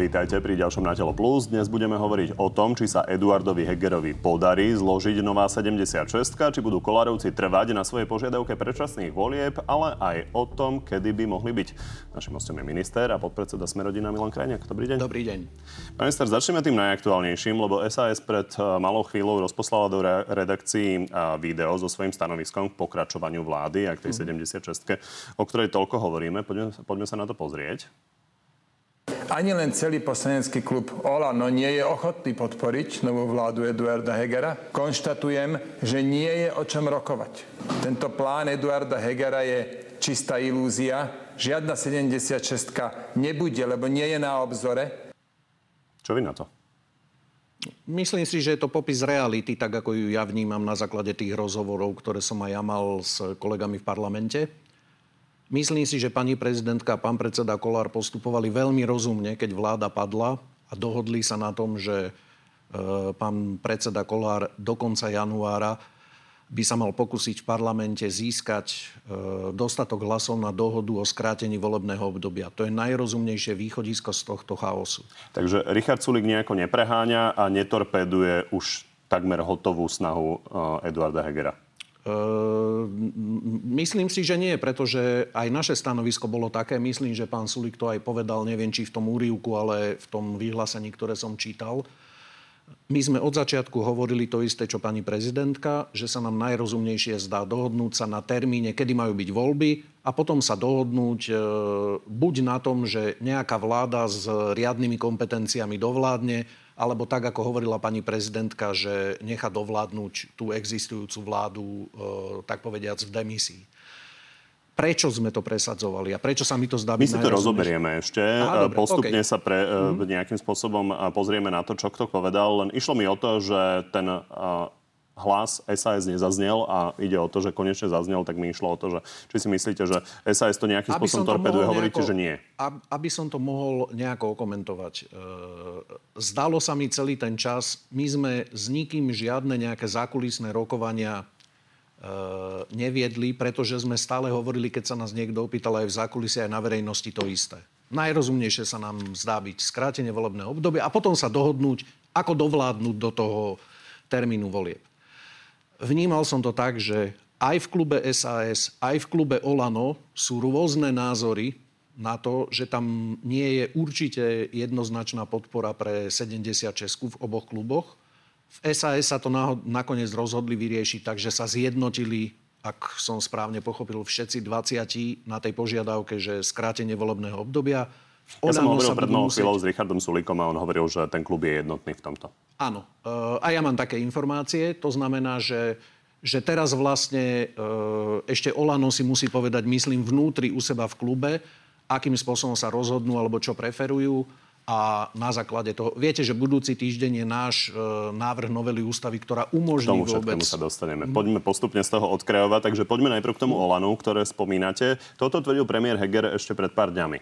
Vítajte pri ďalšom Na telo plus. Dnes budeme hovoriť o tom, či sa Eduardovi Hegerovi podarí zložiť nová 76, či budú Kollárovci trvať na svojej požiadavke predčasných volieb, ale aj o tom, kedy by mohli byť. Našim hostom je minister a podpredseda Smer-rodina Milan Krajniak. Dobrý deň. Dobrý deň. Pán minister, začneme tým najaktuálnejším, lebo SAS pred malou chvíľou rozposlala do redakcií video so svojím stanoviskom k pokračovaniu vlády a k tej 76, o ktorej toľko hovoríme. Poďme sa na to pozrieť. Ani len celý poslanecký klub Olano nie je ochotný podporiť novú vládu Eduarda Hegera. Konštatujem, že nie je o čom rokovať. Tento plán Eduarda Hegera je čistá ilúzia. Žiadna 76 nebude, lebo nie je na obzore. Čo vy na to? Myslím si, že je to popis reality, tak ako ju ja vnímam na základe tých rozhovorov, ktoré som aj ja mal s kolegami v parlamente. Myslím si, že pani prezidentka a pán predseda Kollár postupovali veľmi rozumne, keď vláda padla a dohodli sa na tom, že pán predseda Kollár do konca januára by sa mal pokúsiť v parlamente získať dostatok hlasov na dohodu o skrátení volebného obdobia. To je najrozumnejšie východisko z tohto chaosu. Takže Richard Sulík nejako nepreháňa a netorpéduje už takmer hotovú snahu Eduarda Hegera? Myslím si, že nie, pretože aj naše stanovisko bolo také. Myslím, že pán Sulík to aj povedal, neviem, či v tom úryvku, ale v tom vyhlásení, ktoré som čítal. My sme od začiatku hovorili to isté, čo pani prezidentka, že sa nám najrozumnejšie zdá dohodnúť sa na termíne, kedy majú byť voľby a potom sa dohodnúť buď na tom, že nejaká vláda s riadnymi kompetenciami dovládne, alebo tak, ako hovorila pani prezidentka, že nechá dovládnuť tú existujúcu vládu, tak povediac, v demisii. Prečo sme to presadzovali a prečo sa mi to zdá byť najrozumnejšie? My si to rozoberieme ešte. Dobre, postupne sa nejakým spôsobom pozrieme na to, čo kto povedal. Len išlo mi o to, že ten hlas SAS nezaznel a ide o to, že konečne zaznel, tak mi išlo o to, že či si myslíte, že SAS to nejakým spôsobom torpeduje, hovoríte, že nie. Aby som to mohol nejako okomentovať. Zdalo sa mi celý ten čas, my sme s nikým žiadne nejaké zákulisné rokovania neviedli, pretože sme stále hovorili, keď sa nás niekto opýtal aj v zákulisí, aj na verejnosti to isté. Najrozumnejšie sa nám zdá byť skrátenie volebného obdobia a potom sa dohodnúť, ako dovládnuť do toho termínu volieb. Vnímal som to tak, že aj v klube SAS, aj v klube Olano sú rôzne názory na to, že tam nie je určite jednoznačná podpora pre 76 v oboch kluboch. V SAS sa to nakoniec rozhodli vyriešiť, takže sa zjednotili, ak som správne pochopil, všetci 20 na tej požiadavke, že skrátenie volebného obdobia. Ja som hovoril pred malou chvíľou s Richardom Sulíkom a on hovoril, že ten klub je jednotný v tomto. Áno. A ja mám také informácie. To znamená, že teraz vlastne ešte Olano si musí povedať, myslím, vnútri u seba v klube, akým spôsobom sa rozhodnú alebo čo preferujú. A na základe toho... Viete, že budúci týždeň je náš návrh novely ústavy, ktorá umožní tomu vôbec... Tomu sa dostaneme. Poďme postupne z toho odkrajovať. Takže poďme najprv k tomu Olanu, ktoré spomínate. Toto tvrdil premiér Heger ešte pred pár dňami.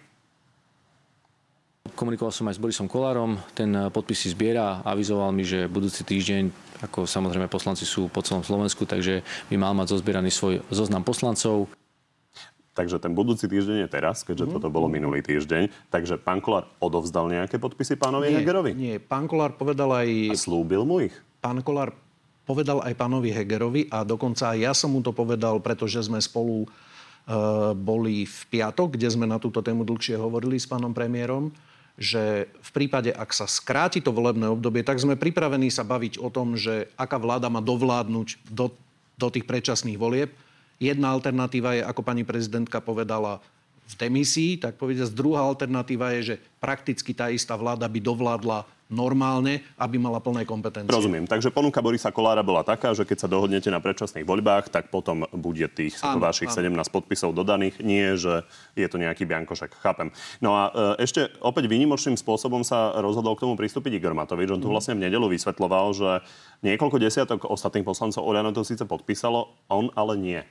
Komunikoval som aj s Borisom Kollárom, ten podpisy zbiera a avizoval mi, že budúci týždeň, ako samozrejme poslanci sú po celom Slovensku, takže by mal mať zozbieraný svoj zoznam poslancov. Takže ten budúci týždeň je teraz, keďže toto bolo minulý týždeň. Takže pán Kollár odovzdal nejaké podpisy pánovi Hegerovi? Nie, pán Kollár povedal aj... A slúbil mu ich? Pán Kollár povedal aj pánovi Hegerovi a dokonca aj ja som mu to povedal, pretože sme spolu boli v piatok, kde sme na túto tému dlhšie hovorili s pánom premiérom, že v prípade, ak sa skráti to volebné obdobie, tak sme pripravení sa baviť o tom, že aká vláda má dovládnuť do tých predčasných volieb. Jedna alternatíva je, ako pani prezidentka povedala, v demisii, tak povedať. Druhá alternatíva je, že prakticky tá istá vláda by dovládla normálne, aby mala plné kompetencie. Rozumiem. Takže ponuka Borisa Kollára bola taká, že keď sa dohodnete na predčasných voľbách, tak potom bude tých vašich 17 podpisov dodaných. Nie, že je to nejaký biankošek. Chápem. No a ešte opäť výnimočným spôsobom sa rozhodol k tomu pristúpiť Igor Matovič. On tu vlastne v nedeľu vysvetľoval, že niekoľko desiatok ostatných poslancov Oľano to síce podpísalo, on ale nie.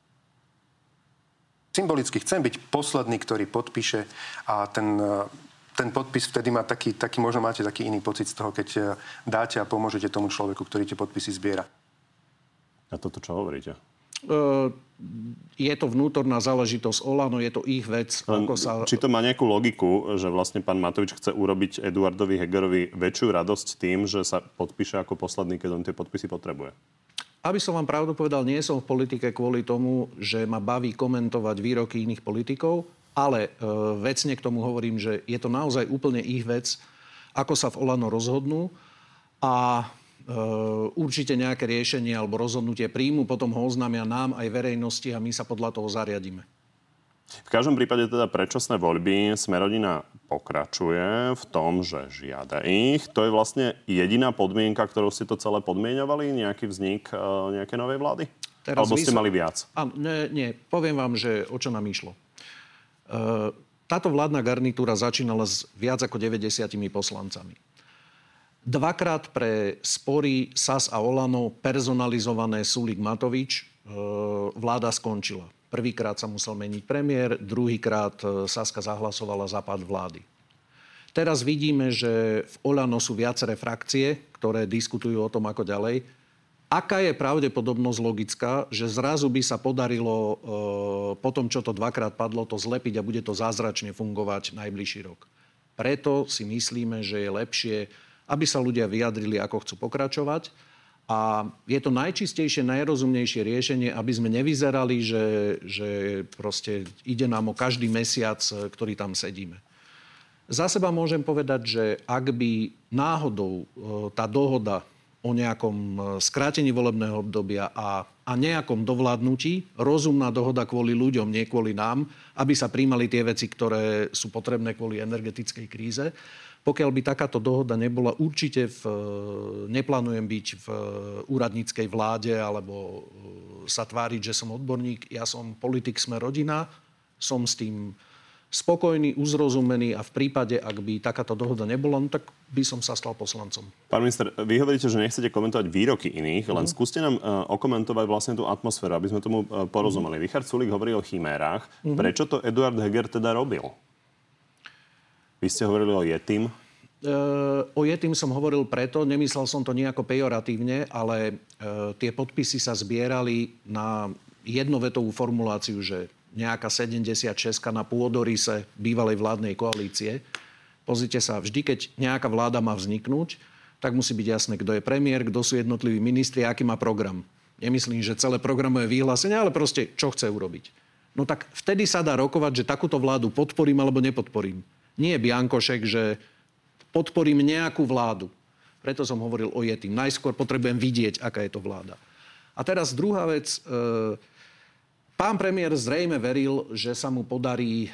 Symbolicky chcem byť posledný, ktorý podpíše a ten podpis vtedy má taký, možno máte taký iný pocit z toho, keď dáte a pomôžete tomu človeku, ktorý tie podpisy zbiera. A toto čo hovoríte? Je to vnútorná záležitosť Olano, je to ich vec. Či to má nejakú logiku, že vlastne pán Matovič chce urobiť Eduardovi Hegerovi väčšiu radosť tým, že sa podpíše ako posledný, keď on tie podpisy potrebuje? Aby som vám pravdu povedal, nie som v politike kvôli tomu, že ma baví komentovať výroky iných politikov, ale vecne k tomu hovorím, že je to naozaj úplne ich vec, ako sa v Olano rozhodnú a určite nejaké riešenie alebo rozhodnutie príjmu, potom ho oznámia nám aj verejnosti a my sa podľa toho zariadíme. V každom prípade teda predčasné voľby Smer-rodina pokračuje v tom, že žiada ich. To je vlastne jediná podmienka, ktorou ste to celé podmieňovali? Nejaký vznik nejakej novej vlády? Alebo ste mali viac? Nie. Poviem vám, že o čo nám išlo. Táto vládna garnitúra začínala s viac ako 90 poslancami. Dvakrát pre spory SAS a Olano personalizované Sulík-Matovič vláda skončila. Prvýkrát sa musel meniť premiér, druhýkrát Saska zahlasovala za pád vlády. Teraz vidíme, že v Olano sú viaceré frakcie, ktoré diskutujú o tom, ako ďalej. Aká je pravdepodobnosť logická, že zrazu by sa podarilo po tom, čo to dvakrát padlo, to zlepiť a bude to zázračne fungovať najbližší rok? Preto si myslíme, že je lepšie, aby sa ľudia vyjadrili, ako chcú pokračovať. A je to najčistejšie, najrozumnejšie riešenie, aby sme nevyzerali, že proste ide nám o každý mesiac, ktorý tam sedíme. Za seba môžem povedať, že ak by náhodou tá dohoda o nejakom skrátení volebného obdobia a nejakom dovládnutí, rozumná dohoda kvôli ľuďom, nie kvôli nám, aby sa prijímali tie veci, ktoré sú potrebné kvôli energetickej kríze. Pokiaľ by takáto dohoda nebola, určite neplánujem byť v úradníckej vláde alebo sa tváriť, že som odborník. Ja som politik Smer-rodina, som s tým spokojný, uzrozumený a v prípade, ak by takáto dohoda nebola, no tak by som sa stal poslancom. Pán minister, vy hovoríte, že nechcete komentovať výroky iných, len skúste nám okomentovať vlastne tú atmosféru, aby sme tomu porozumeli. Richard Sulík hovoril o chimérach. Prečo to Eduard Heger teda robil? Vy ste hovorili o Jetim. O Jetim som hovoril preto, nemyslel som to nejako pejoratívne, ale tie podpisy sa zbierali na jednovetovú formuláciu, že nejaká 76 na pôdoryse bývalej vládnej koalície. Pozrite sa, vždy, keď nejaká vláda má vzniknúť, tak musí byť jasné, kto je premiér, kto sú jednotliví ministri a aký má program. Nemyslím, že celé programové vyhlásenie, ale proste čo chce urobiť. No tak vtedy sa dá rokovať, že takúto vládu podporím alebo nepodporím. Nie je biankošek, že podporím nejakú vládu. Preto som hovoril o Jetim. Najskôr potrebujem vidieť, aká je to vláda. A teraz druhá vec. Pán premiér zrejme veril, že sa mu podarí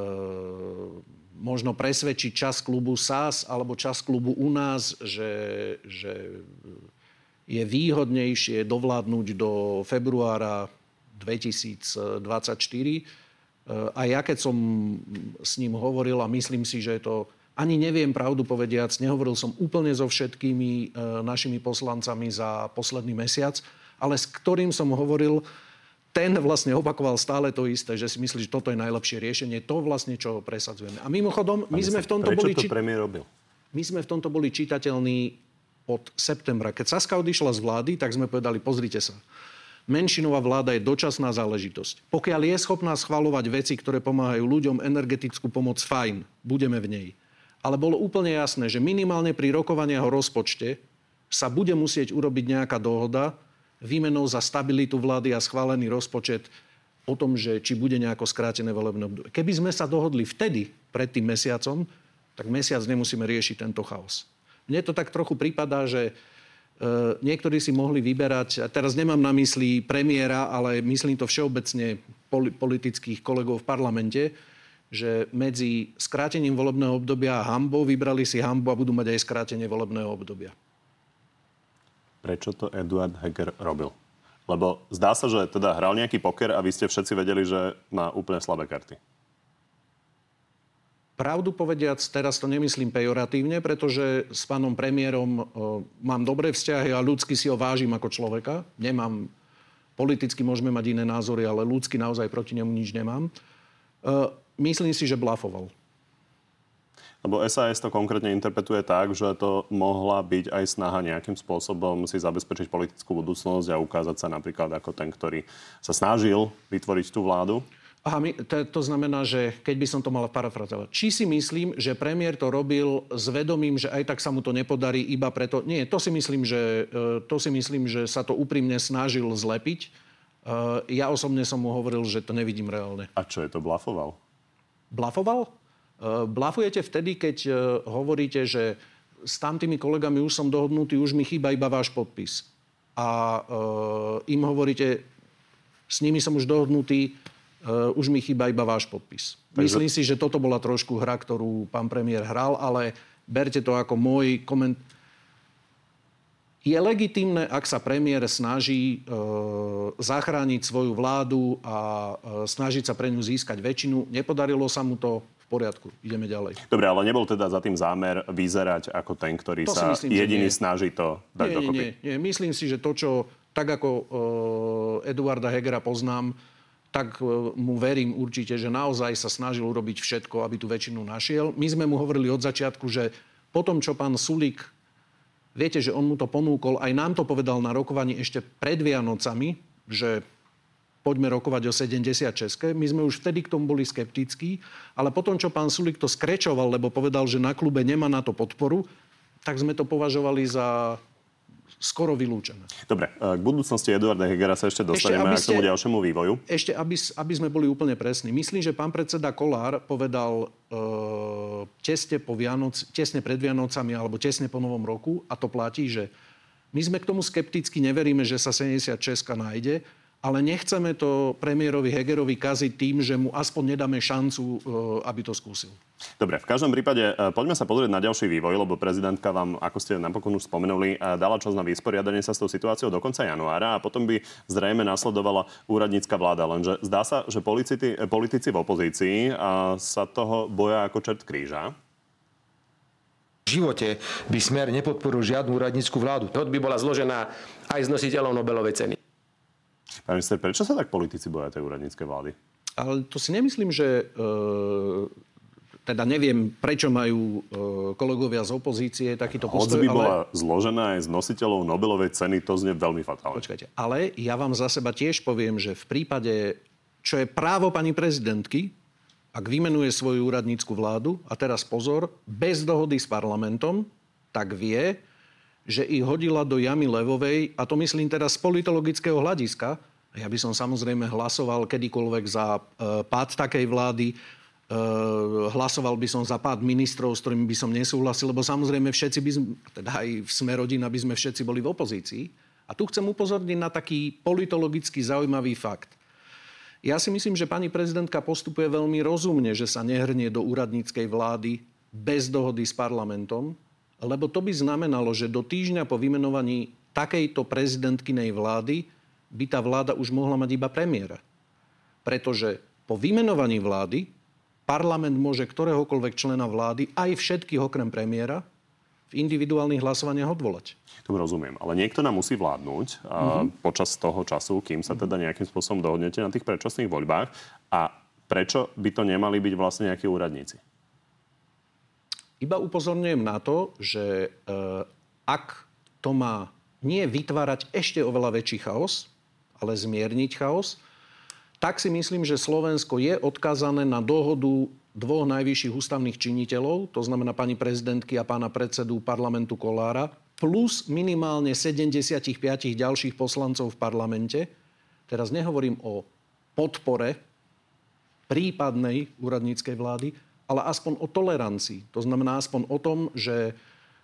možno presvedčiť časť klubu SAS alebo časť klubu u nás, že je výhodnejšie dovládnuť do februára 2024. A ja, keď som s ním hovoril a myslím si, že to ani neviem pravdu povediac, nehovoril som úplne so všetkými našimi poslancami za posledný mesiac, ale s ktorým som hovoril, ten vlastne opakoval stále to isté, že si myslí, že toto je najlepšie riešenie, to vlastne, čo presadzujeme. A mimochodom, my sme v tomto boli... Prečo to premiér robil? My sme v tomto boli čitateľní od septembra. Keď Saska odišla z vlády, tak sme povedali, pozrite sa, menšinová vláda je dočasná záležitosť. Pokiaľ je schopná schvaľovať veci, ktoré pomáhajú ľuďom, energetickú pomoc, fajn, budeme v nej. Ale bolo úplne jasné, že minimálne pri rokovaniach o rozpočte sa bude musieť urobiť nejaká dohoda výmenou za stabilitu vlády a schválený rozpočet o tom, že či bude nejako skrátené volebné obdobie. Keby sme sa dohodli vtedy, pred tým mesiacom, tak mesiac nemusíme riešiť tento chaos. Mne to tak trochu prípadá, že niektorí si mohli vyberať, a teraz nemám na mysli premiéra, ale myslím to všeobecne politických kolegov v parlamente, že medzi skrátením volebného obdobia a hanbou vybrali si hanbu a budú mať aj skrátenie volebného obdobia. Prečo to Eduard Heger robil? Lebo zdá sa, že teda hral nejaký poker a vy ste všetci vedeli, že má úplne slabé karty. Pravdu povediac, teraz to nemyslím pejoratívne, pretože s pánom premiérom mám dobré vzťahy a ľudsky si ho vážim ako človeka. Politicky môžeme mať iné názory, ale ľudsky naozaj proti nemu nič nemám. Myslím si, že blafoval. Lebo SAS to konkrétne interpretuje tak, že to mohla byť aj snaha nejakým spôsobom si zabezpečiť politickú budúcnosť a ukázať sa napríklad ako ten, ktorý sa snažil vytvoriť tú vládu. Aha, to znamená, že keď by som to mal parafrazovať. Či si myslím, že premiér to robil s vedomím, že aj tak sa mu to nepodarí iba preto... Nie, to si myslím, že sa to úprimne snažil zlepiť. Ja osobne som mu hovoril, že to nevidím reálne. A čo je to, blafoval? Blafoval? Blafujete vtedy, keď hovoríte, že s tamtými kolegami už som dohodnutý, už mi chýba iba váš podpis. A im hovoríte, s nimi som už dohodnutý, už mi chýba iba váš podpis. Myslím si, že toto bola trošku hra, ktorú pán premiér hral, ale berte to ako môj koment. Je legitímne, ak sa premiér snaží zachrániť svoju vládu a snažiť sa pre ňu získať väčšinu. Nepodarilo sa mu to, v poriadku. Ideme ďalej. Dobre, ale nebol teda za tým zámer vyzerať ako ten, ktorý to sa jediný snaží to dať dokopy? Nie. Myslím si, že to, čo tak ako Eduarda Hegera poznám, tak mu verím určite, že naozaj sa snažil urobiť všetko, aby tú väčšinu našiel. My sme mu hovorili od začiatku, že potom, čo pán Sulík, viete, že on mu to ponúkol, aj nám to povedal na rokovaní ešte pred Vianocami, že poďme rokovať o 76. My sme už vtedy k tomu boli skeptickí, ale potom, čo pán Sulík to skrečoval, lebo povedal, že na klube nemá na to podporu, tak sme to považovali za skoro vylúčené. Dobre, k budúcnosti Eduarda Hegera sa ešte dostaneme k tomu ďalšiemu vývoju. Ešte, aby sme boli úplne presní. Myslím, že pán predseda Kollár povedal tesne pred Vianocami alebo tesne po Novom roku, a to platí, že my sme k tomu skepticky, neveríme, že sa 76 nájde, ale nechceme to premiérovi Hegerovi kaziť tým, že mu aspoň nedáme šancu, aby to skúsil. Dobre, v každom prípade poďme sa pozrieť na ďalší vývoj, lebo prezidentka vám, ako ste napokon už spomenuli, dala čas na vysporiadanie sa s tou situáciou do konca januára a potom by zrejme nasledovala úradnícka vláda. Lenže zdá sa, že politici v opozícii sa toho boja ako čert kríža. V živote by Smer nepodporil žiadnu úradnícku vládu. By bola zložená aj z nositeľov Nobelovej ceny. Pán minister, prečo sa tak politici boja tej úradníckej vlády? Ale to si nemyslím, že... Teda neviem, prečo majú kolegovia z opozície takýto postoj. Hoď by bola zložená aj z nositeľov Nobelovej ceny, to znie veľmi fatálne. Počkajte, ale ja vám za seba tiež poviem, že v prípade, čo je právo pani prezidentky, ak vymenuje svoju úradnícku vládu, a teraz pozor, bez dohody s parlamentom, tak vie, že ich hodila do jamy levovej, a to myslím teraz z politologického hľadiska. Ja by som samozrejme hlasoval kedykoľvek za pád takej vlády, hlasoval by som za pád ministrov, s ktorými by som nesúhlasil, lebo samozrejme všetci by sme, teda aj v Sme rodina by sme všetci boli v opozícii. A tu chcem upozorniť na taký politologicky zaujímavý fakt. Ja si myslím, že pani prezidentka postupuje veľmi rozumne, že sa nehrnie do úradníckej vlády bez dohody s parlamentom, lebo to by znamenalo, že do týždňa po vymenovaní takejto prezidentkynej vlády by tá vláda už mohla mať iba premiéra. Pretože po vymenovaní vlády parlament môže ktoréhokoľvek člena vlády, aj všetkých okrem premiéra, v individuálnych hlasovaniach odvolať. To rozumiem, ale niekto nám musí vládnuť počas toho času, kým sa teda nejakým spôsobom dohodnete na tých predčasných voľbách. A prečo by to nemali byť vlastne nejakí úradníci? Iba upozorňujem na to, že ak to má nie vytvárať ešte oveľa väčší chaos, ale zmierniť chaos, tak si myslím, že Slovensko je odkázané na dohodu dvoch najvyšších ústavných činiteľov, to znamená pani prezidentky a pána predsedu parlamentu Kollára, plus minimálne 75 ďalších poslancov v parlamente. Teraz nehovorím o podpore prípadnej úradníckej vlády, ale aspoň o tolerancii. To znamená aspoň o tom, že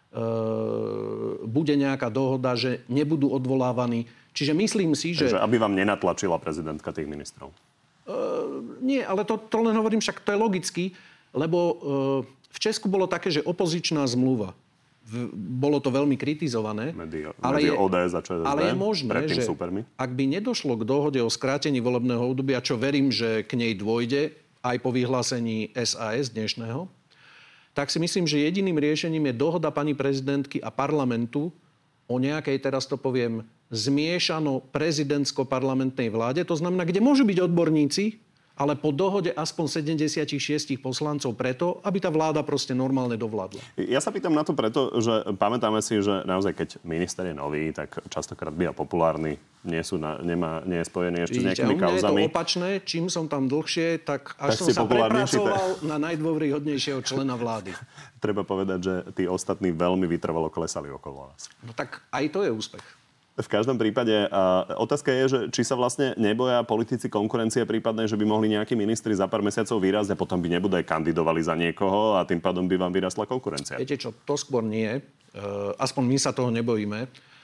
bude nejaká dohoda, že nebudú odvolávaní. Čiže myslím si, že... Takže aby vám nenatlačila prezidentka tých ministrov? Nie, ale to len hovorím, však to je logicky, lebo v Česku bolo také, že opozičná zmluva. Bolo to veľmi kritizované. Medzi ODS a ČSSD, ale je možné, že supermi. Ak by nedošlo k dohode o skrátení volebného obdobia, čo verím, že k nej dôjde aj po vyhlásení SAS dnešného, tak si myslím, že jediným riešením je dohoda pani prezidentky a parlamentu o nejakej, teraz to poviem, zmiešano prezidentsko-parlamentnej vláde. To znamená, kde môžu byť odborníci, ale po dohode aspoň 76 poslancov preto, aby tá vláda proste normálne dovládla. Ja sa pýtam na to preto, že pamätáme si, že naozaj keď minister je nový, tak častokrát býva populárny, nie je spojený ešte s nejakými kauzami. Je to opačné, čím som tam dlhšie, tak až som sa prepracoval na najdôveryhodnejšieho člena vlády. Treba povedať, že tí ostatní veľmi vytrvalo klesali okolo vás. No tak aj to je úspech. V každom prípade otázka je, že či sa vlastne neboja politici konkurencie prípadnej, že by mohli nejakí ministri za pár mesiacov vyrásť a potom by nebude kandidovali za niekoho a tým pádom by vám vyrastla konkurencia. Viete čo, to skôr nie. Aspoň my sa toho nebojíme.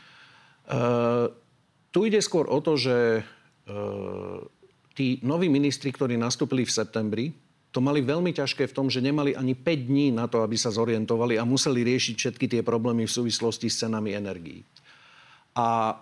Tu ide skôr o to, že tí noví ministri, ktorí nastúpili v septembri, to mali veľmi ťažké v tom, že nemali ani 5 dní na to, aby sa zorientovali a museli riešiť všetky tie problémy v súvislosti s cenami energií. A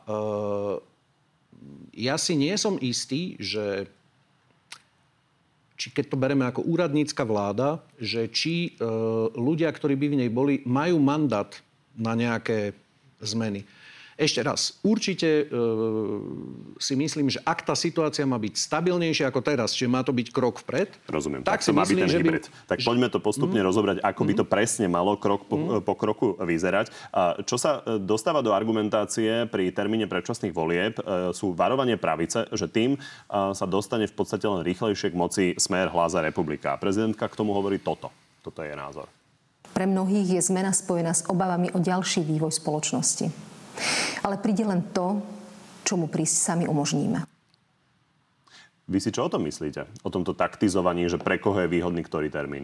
ja si nie som istý, že či keď to bereme ako úradnícka vláda, že či ľudia, ktorí by v nej boli, majú mandát na nejaké zmeny. Ešte raz, určite si myslím, že ak tá situácia má byť stabilnejšia ako teraz, čiže má to byť krok vpred. Rozumiem, tak si myslím, že hybrid. Tak poďme to postupne rozobrať, ako by to presne malo krok po kroku vyzerať. A čo sa dostáva do argumentácie pri termíne predčasných volieb, sú varovanie pravice, že tým sa dostane v podstate len rýchlejšie k moci Smer, Hlas a Republika. Prezidentka k tomu hovorí toto. Toto je názor. Pre mnohých je zmena spojená s obavami o ďalší vývoj spoločnosti. Ale príde len to, čo mu prísť sami umožníme. Vy si čo o tom myslíte? O tomto taktizovaní, že pre koho je výhodný ktorý termín?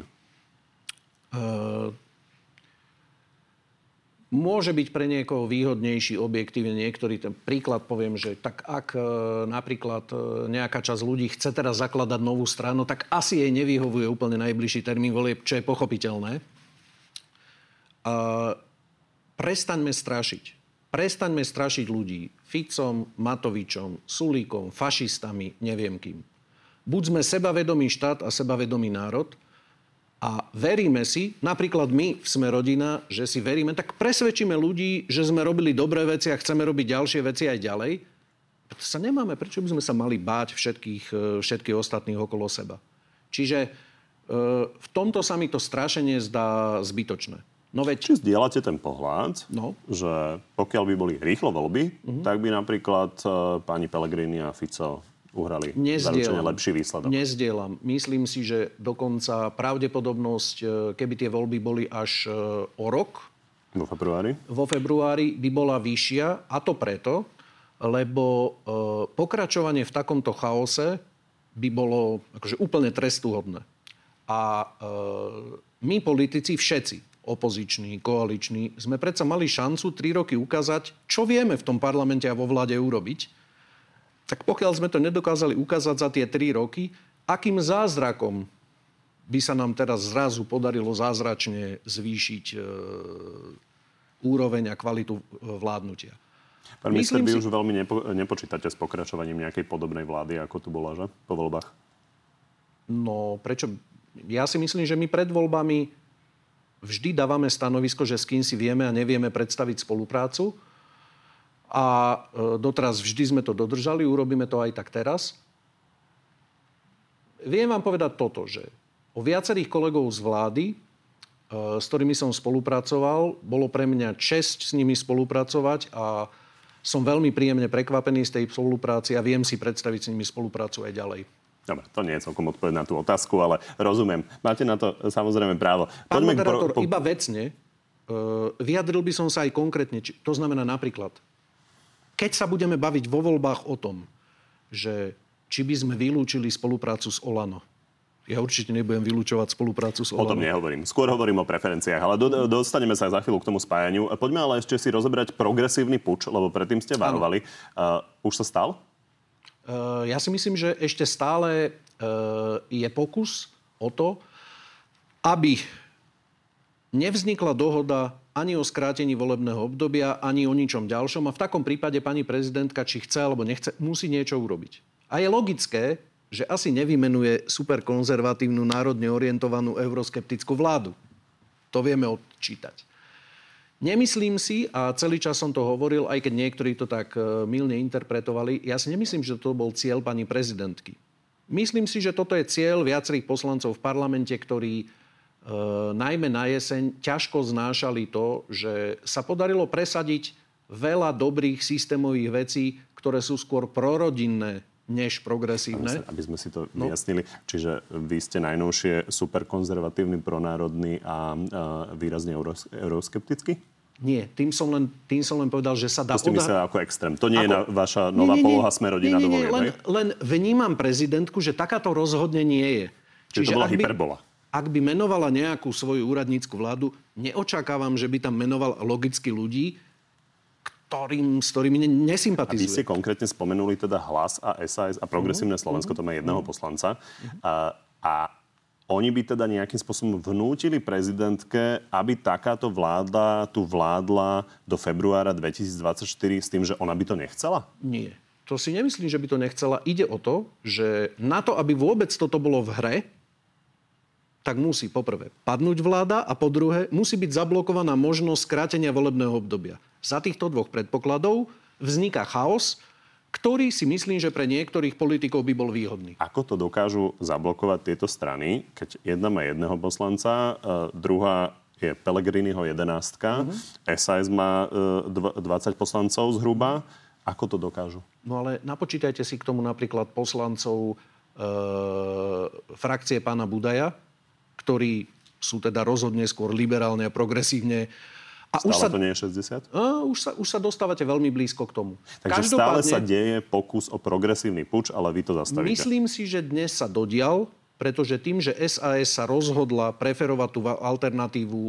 Môže byť pre niekoho výhodnejší objektívne niektorý. Ten príklad poviem, že tak ak napríklad nejaká časť ľudí chce teraz zakladať novú stranu, tak asi jej nevyhovuje úplne najbližší termín volieb, čo je pochopiteľné. Prestaňme strašiť. Prestaňme strašiť ľudí Ficom, Matovičom, Sulíkom, fašistami, neviem kým. Buď sme sebavedomý štát a sebavedomý národ a veríme si, napríklad my v Sme rodina, že si veríme, tak presvedčíme ľudí, že sme robili dobré veci a chceme robiť ďalšie veci aj ďalej. Preto sa nemáme, prečo by sme sa mali báť všetkých ostatných okolo seba. Čiže v tomto sa mi to strašenie zdá zbytočné. No veď... Či zdieľate ten pohľad, že pokiaľ by boli rýchlo voľby, tak by napríklad pani Pellegrini a Fico uhrali zaručene lepší výsledok? Nezdielam. Myslím si, že dokonca pravdepodobnosť, keby tie voľby boli až o rok... Vo februári by bola vyššia. A to preto, lebo pokračovanie v takomto chaose by bolo akože úplne trestuhodné. A my politici všetci, opoziční, koaliční, sme predsa mali šancu 3 roky ukázať, čo vieme v tom parlamente a vo vláde urobiť. Tak pokiaľ sme to nedokázali ukázať za tie 3 roky, akým zázrakom by sa nám teraz zrazu podarilo zázračne zvýšiť úroveň a kvalitu vládnutia. Pán minister, vy už veľmi nepočítate s pokračovaním nejakej podobnej vlády, ako tu bola, že? Po voľbách. No, prečo? Ja si myslím, že my pred voľbami vždy dávame stanovisko, že s kým si vieme a nevieme predstaviť spoluprácu. A doteraz vždy sme to dodržali, urobíme to aj tak teraz. Viem vám povedať toto, že o viacerých kolegov z vlády, s ktorými som spolupracoval, bolo pre mňa česť s nimi spolupracovať a som veľmi príjemne prekvapený z tej spolupráci a viem si predstaviť s nimi spoluprácu aj ďalej. Dobre, to nie je celkom odpoveď na tú otázku, ale rozumiem. Máte na to samozrejme právo. Pán moderátor, iba vecne, vyjadril by som sa aj konkrétne. To znamená napríklad, keď sa budeme baviť vo voľbách o tom, že či by sme vylúčili spoluprácu s Olano. Ja určite nebudem vylúčovať spoluprácu s Olano. O tom nehovorím. Skôr hovorím o preferenciách, ale dostaneme sa za chvíľu k tomu spájaniu. Poďme ale ešte si rozobrať progresívny puč, lebo predtým ste varovali. Už sa stal? Ja si myslím, že ešte stále je pokus o to, aby nevznikla dohoda ani o skrátení volebného obdobia, ani o ničom ďalšom. A v takom prípade pani prezidentka, či chce alebo nechce, musí niečo urobiť. A je logické, že asi nevymenuje superkonzervatívnu, národne orientovanú euroskeptickú vládu. To vieme odčítať. Nemyslím si, a celý čas som to hovoril, aj keď niektorí to tak mylne interpretovali, ja si nemyslím, že to bol cieľ pani prezidentky. Myslím si, že toto je cieľ viacerých poslancov v parlamente, ktorí najmä na jeseň ťažko znášali to, že sa podarilo presadiť veľa dobrých systémových vecí, ktoré sú skôr prorodinné než progresívne. Aby sme si to vyjasnili. Čiže vy ste najnovšie superkonzervatívny, pronárodný a výrazne euroskeptický? Nie, tým som len povedal, že sa dá... To ste mysleli ako extrém. To nie je vaša nová poloha Smer-rodina do volieb, len vnímam prezidentku, že takáto rozhodne nie je. Čiže to bola hyperbola. Ak by menovala nejakú svoju úradnícku vládu, neočakávam, že by tam menoval logicky ľudí, s ktorými nesympatizuje. A vy ste konkrétne spomenuli teda Hlas a SAS a Progresívne Slovensko, to má jedného poslanca. A oni by teda nejakým spôsobom vnútili prezidentke, aby takáto vláda tu vládla do februára 2024 s tým, že ona by to nechcela? Nie. To si nemyslím, že by to nechcela. Ide o to, že na to, aby vôbec toto bolo v hre, tak musí poprvé padnúť vláda a po druhé musí byť zablokovaná možnosť skrátenia volebného obdobia. Za týchto dvoch predpokladov vzniká chaos, ktorý si myslím, že pre niektorých politikov by bol výhodný. Ako to dokážu zablokovať tieto strany, keď jedna má jedného poslanca, druhá je Pellegriniho 11, SAS má 20 poslancov zhruba. Ako to dokážu? No ale napočítajte si k tomu napríklad poslancov frakcie pána Budaja, ktorí sú teda rozhodne skôr liberálne a progresívne. A stále to nie je 60? Už sa dostávate veľmi blízko k tomu. Takže stále sa deje pokus o progresívny puč, ale vy to zastavíte. Myslím si, že dnes sa dodial, pretože tým, že SAS sa rozhodla preferovať tú alternatívu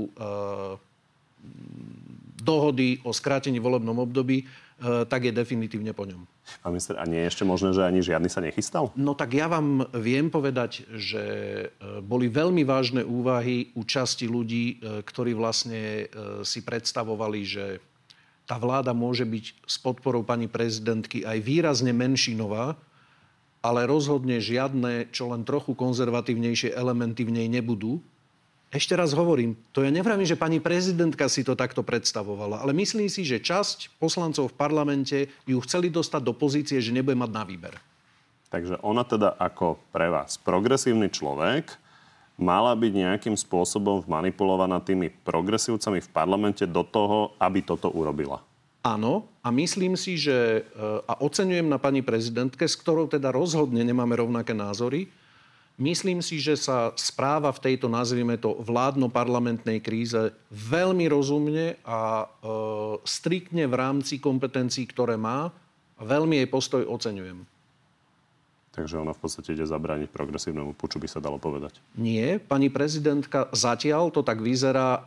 dohody o skrátení volebnom období, tak je definitívne po ňom. Pán minister, a nie je ešte možné, že ani žiadny sa nechystal? No tak ja vám viem povedať, že boli veľmi vážne úvahy u časti ľudí, ktorí vlastne si predstavovali, že tá vláda môže byť s podporou pani prezidentky aj výrazne menšinová, ale rozhodne žiadne, čo len trochu konzervatívnejšie elementy v nej nebudú. Ešte raz hovorím, to ja nevravím, že pani prezidentka si to takto predstavovala, ale myslím si, že časť poslancov v parlamente ju chceli dostať do pozície, že nebude mať na výber. Takže ona teda ako pre vás progresívny človek mala byť nejakým spôsobom vmanipulovaná tými progresívcami v parlamente do toho, aby toto urobila. Áno, a myslím si, že a oceňujem na pani prezidentke, s ktorou teda rozhodne nemáme rovnaké názory. Myslím si, že sa správa v tejto, nazvime to, vládno-parlamentnej kríze veľmi rozumne a striktne v rámci kompetencií, ktoré má. A veľmi jej postoj oceňujem. Takže ona v podstate ide zabrániť progresívnemu puču, by sa dalo povedať. Nie, pani prezidentka zatiaľ to tak vyzerá,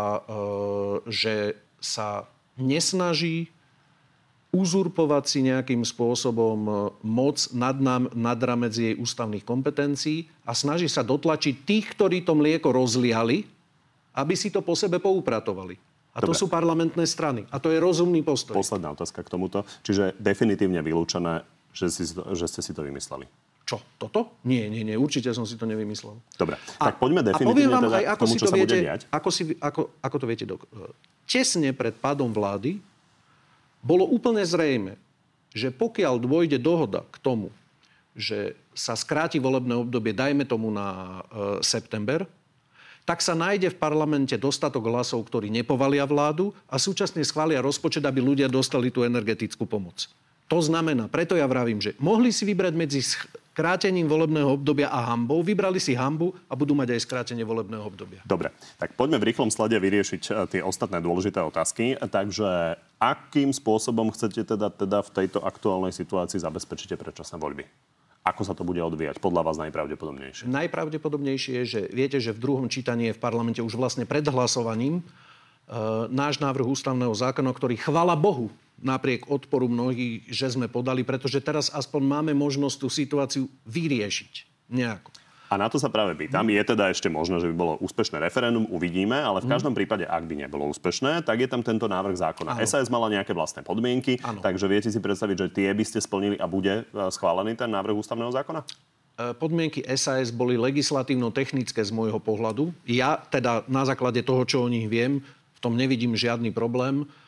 že sa nesnaží uzurpovať si nejakým spôsobom moc nad rámec jej ústavných kompetencií a snaží sa dotlačiť tých, ktorí to mlieko rozliali, aby si to po sebe poupratovali. A to sú parlamentné strany. A to je rozumný postoj. Posledná otázka k tomuto. Čiže definitívne vylúčené, že ste si to vymysleli. Čo? Toto? Nie. Určite som si to nevymyslel. Dobre. Tak poďme definitívne teda k tomu, čo sa bude diať. Ako to viete? Tesne pred pádom vlády bolo úplne zrejme, že pokiaľ dôjde dohoda k tomu, že sa skráti volebné obdobie, dajme tomu na september, tak sa nájde v parlamente dostatok hlasov, ktorí nepovalia vládu a súčasne schvália rozpočet, aby ľudia dostali tú energetickú pomoc. To znamená, preto ja vravím, že mohli si vybrať medzi skrátením volebného obdobia a hanbou, vybrali si hanbu a budú mať aj skrátenie volebného obdobia. Dobre, tak poďme v rýchlom slade vyriešiť tie ostatné dôležité otázky. Takže akým spôsobom chcete teda v tejto aktuálnej situácii zabezpečíte predčasné voľby? Ako sa to bude odvíjať? Podľa vás najpravdepodobnejšie? Najpravdepodobnejšie je, že viete, že v druhom čítaní je v parlamente už vlastne pred hlasovaním náš návrh ústavného zákona, ktorý, chvala Bohu, napriek odporu mnohých, že sme podali, pretože teraz aspoň máme možnosť tú situáciu vyriešiť nejako. A na to sa práve pýtam. Je teda ešte možné, že by bolo úspešné referendum, uvidíme, ale v každom prípade, ak by nebolo úspešné, tak je tam tento návrh zákona. SAS mala nejaké vlastné podmienky, takže viete si predstaviť, že tie by ste splnili a bude schválený ten návrh ústavného zákona? Podmienky SAS boli legislatívno-technické z môjho pohľadu. Ja teda na základe toho, čo o nich viem, v tom nevidím žiadny problém.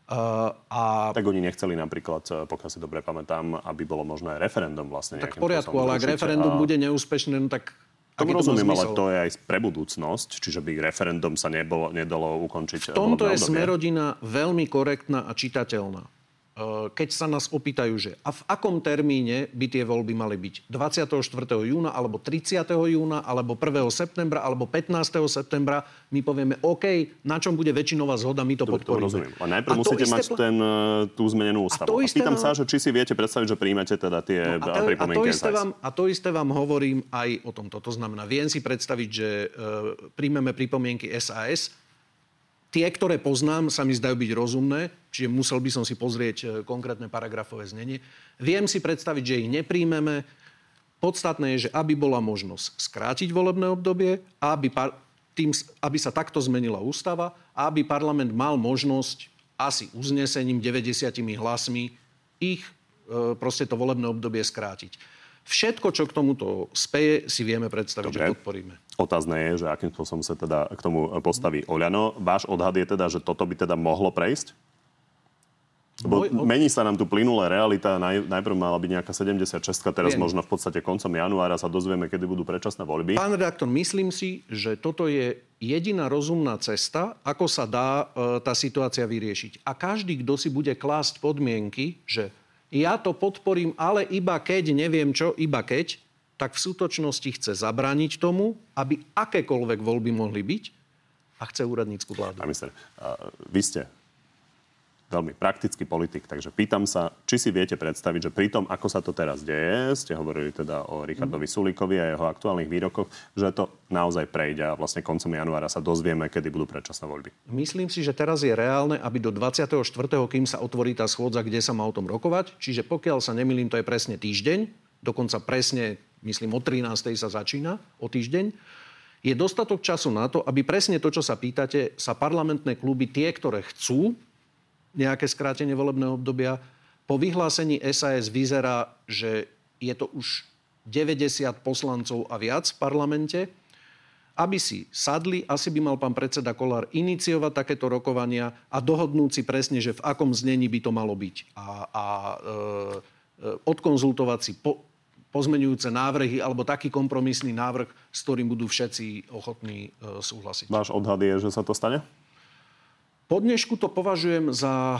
Tak oni nechceli napríklad, pokiaľ si dobre pamätám, aby bolo možné referendum vlastne. Tak v poriadku, ale ak referendum bude neúspešné, no tak... Tomu rozumiem, ale to je aj pre budúcnosť, čiže by referendum sa nedalo ukončiť. V tomto je Smer-rodina veľmi korektná a čitateľná. Keď sa nás opýtajú, že a v akom termíne by tie voľby mali byť? 24. júna, alebo 30. júna, alebo 1. septembra, alebo 15. septembra, my povieme, OK, na čom bude väčšinová zhoda, my to podporíme. To rozumiem. A najprv musíte mať tú zmenenú ústavu. A pýtam sa, že či si viete predstaviť, že príjmete teda tie pripomienky SAS. A to isté vám hovorím aj o tomto. To znamená, viem si predstaviť, že príjmeme pripomienky SAS. Tie, ktoré poznám, sa mi zdajú byť rozumné, čiže musel by som si pozrieť konkrétne paragrafové znenie. Viem si predstaviť, že ich nepríjmeme. Podstatné je, že aby bola možnosť skrátiť volebné obdobie, aby sa takto zmenila ústava a aby parlament mal možnosť asi uznesením 90 hlasmi proste to volebné obdobie skrátiť. Všetko, čo k tomuto speje, si vieme predstaviť, že podporíme. Otázne je, že akým spôsobom sa teda k tomu postaví Oľano. Váš odhad je teda, že toto by teda mohlo prejsť? Mení sa nám tu plynulá realita. Najprv mala byť nejaká 76, teraz možno v podstate koncom januára sa dozvieme, kedy budú predčasné voľby. Pán redaktor, myslím si, že toto je jediná rozumná cesta, ako sa dá tá situácia vyriešiť. A každý, kto si bude klásť podmienky, že ja to podporím, ale iba keď, neviem čo, iba keď, tak v skutočnosti chce zabrániť tomu, aby akékoľvek voľby mohli byť a chce úradnícku vládu. Pán minister, vy ste veľmi praktický politik, takže pýtam sa, či si viete predstaviť, že pri tom, ako sa to teraz deje, ste hovorili teda o Richardovi Sulíkovi a jeho aktuálnych výrokoch, že to naozaj prejde a vlastne koncom januára sa dozvieme, kedy budú predčasné voľby. Myslím si, že teraz je reálne, aby do 24., kým sa otvorí tá schôdza, kde sa má o tom rokovať, čiže pokiaľ sa nemýlim, to je presne týždeň, dokonca presne, myslím, o 13. sa začína, o týždeň, je dostatok času na to, aby presne to, čo sa pýtate, sa parlamentné kluby, tie, ktoré chcú nejaké skrátenie volebného obdobia. Po vyhlásení SAS vyzerá, že je to už 90 poslancov a viac v parlamente. Aby si sadli, asi by mal pán predseda Kollár iniciovať takéto rokovania a dohodnúť si presne, že v akom znení by to malo byť. A odkonzultovať si pozmeňujúce návrhy alebo taký kompromisný návrh, s ktorým budú všetci ochotní súhlasiť. Váš odhad je, že sa to stane? Po dnešku to považujem za...